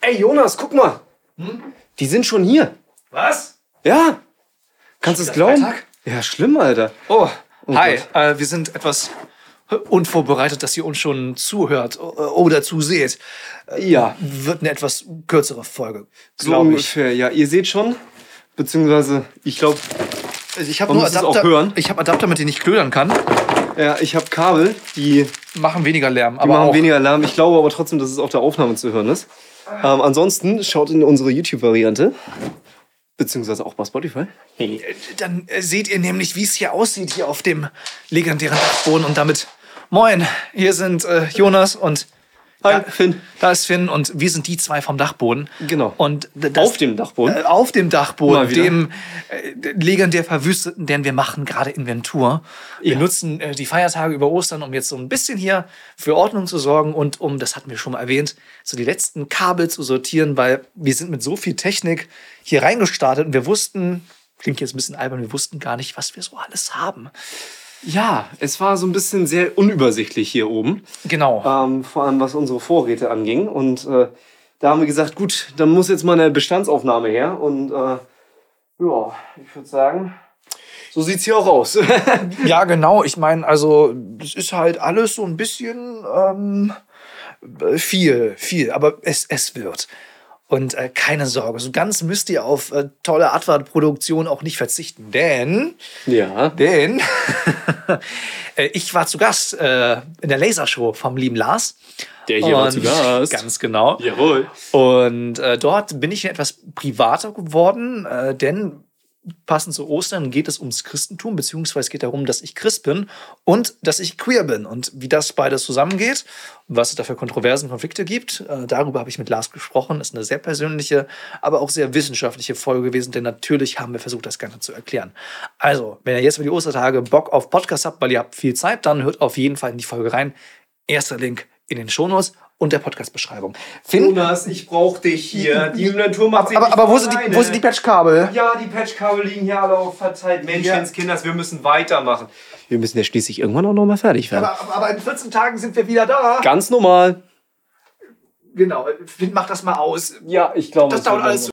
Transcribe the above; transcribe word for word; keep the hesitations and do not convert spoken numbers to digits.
Ey, Jonas, guck mal. Hm? Die sind schon hier. Was? Ja. Kannst du es glauben? Freitag? Ja, schlimm, Alter. Oh, Oh hi. Gott. Äh, wir sind etwas unvorbereitet, dass ihr uns schon zuhört oder zuseht. Ja. Wird eine etwas kürzere Folge, So glaube ich. ungefähr. Ja, ihr seht schon. Beziehungsweise, ich glaube, Also ich habe Man nur muss es Adapter, auch hören. ich habe Adapter, mit denen ich klödern kann. ja, ich habe Kabel, die, die Machen weniger Lärm, aber machen auch weniger Lärm. Ich glaube aber trotzdem, dass es auf der Aufnahme zu hören ist. Ähm, ansonsten schaut in unsere YouTube-Variante. Beziehungsweise auch bei Spotify. Äh, Dann äh, seht ihr nämlich, wie es hier aussieht, hier auf dem legendären Dachboden. Und damit, moin, hier sind äh, Jonas und Hi, da, Finn. da ist Finn und wir sind die zwei vom Dachboden. Genau. Und d- das, Auf dem Dachboden? Äh, auf dem Dachboden, Mal wieder. dem äh, legendär verwüsteten, denn wir machen gerade Inventur. Wir Ja. nutzen äh, die Feiertage über Ostern, um jetzt so ein bisschen hier für Ordnung zu sorgen und um, das hatten wir schon mal erwähnt, so die letzten Kabel zu sortieren, weil wir sind mit so viel Technik hier reingestartet und wir wussten, klingt jetzt ein bisschen albern, wir wussten gar nicht, was wir so alles haben. Ja, es war so ein bisschen sehr unübersichtlich hier oben. Genau. Ähm, vor allem was unsere Vorräte anging. Und äh, da haben wir gesagt, gut, dann muss jetzt mal eine Bestandsaufnahme her. Und äh, ja, ich würde sagen, so sieht's hier auch aus. Ja, genau. Ich meine, also, es ist halt alles so ein bisschen ähm, viel, viel. Aber es, es wird. Und äh, keine Sorge, so ganz müsst ihr auf äh, tolle Advert-Produktion auch nicht verzichten. Denn, ja. denn äh, ich war zu Gast äh, in der Lasershow vom lieben Lars. Der hier war zu Und- Gast. Ganz genau. Jawohl. Und äh, dort bin ich etwas privater geworden, äh, denn passend zu Ostern geht es ums Christentum, beziehungsweise es geht darum, dass ich Christ bin und dass ich queer bin. Und wie das beides zusammengeht, was es da für Kontroversen, Konflikte gibt, äh, darüber habe ich mit Lars gesprochen. Das ist eine sehr persönliche, aber auch sehr wissenschaftliche Folge gewesen, denn natürlich haben wir versucht, das Ganze zu erklären. Also, wenn ihr jetzt über die Ostertage Bock auf Podcast habt, weil ihr habt viel Zeit, dann hört auf jeden Fall in die Folge rein. Erster Link in den Shownotes und der Podcast-Beschreibung. Finn, Jonas, ich brauch dich hier. Die Inventur macht sich aber, nicht aber wo, von sind die, alleine. wo sind die Patchkabel? Ja, die Patchkabel liegen hier alle auf verteilt. Menschenskinders, wir müssen weitermachen. Wir müssen ja schließlich irgendwann auch noch mal fertig werden. Aber, aber in vierzehn Tagen sind wir wieder da. Ganz normal. Genau, Finn, mach das mal aus. Ja, ich glaube. Das dauert alles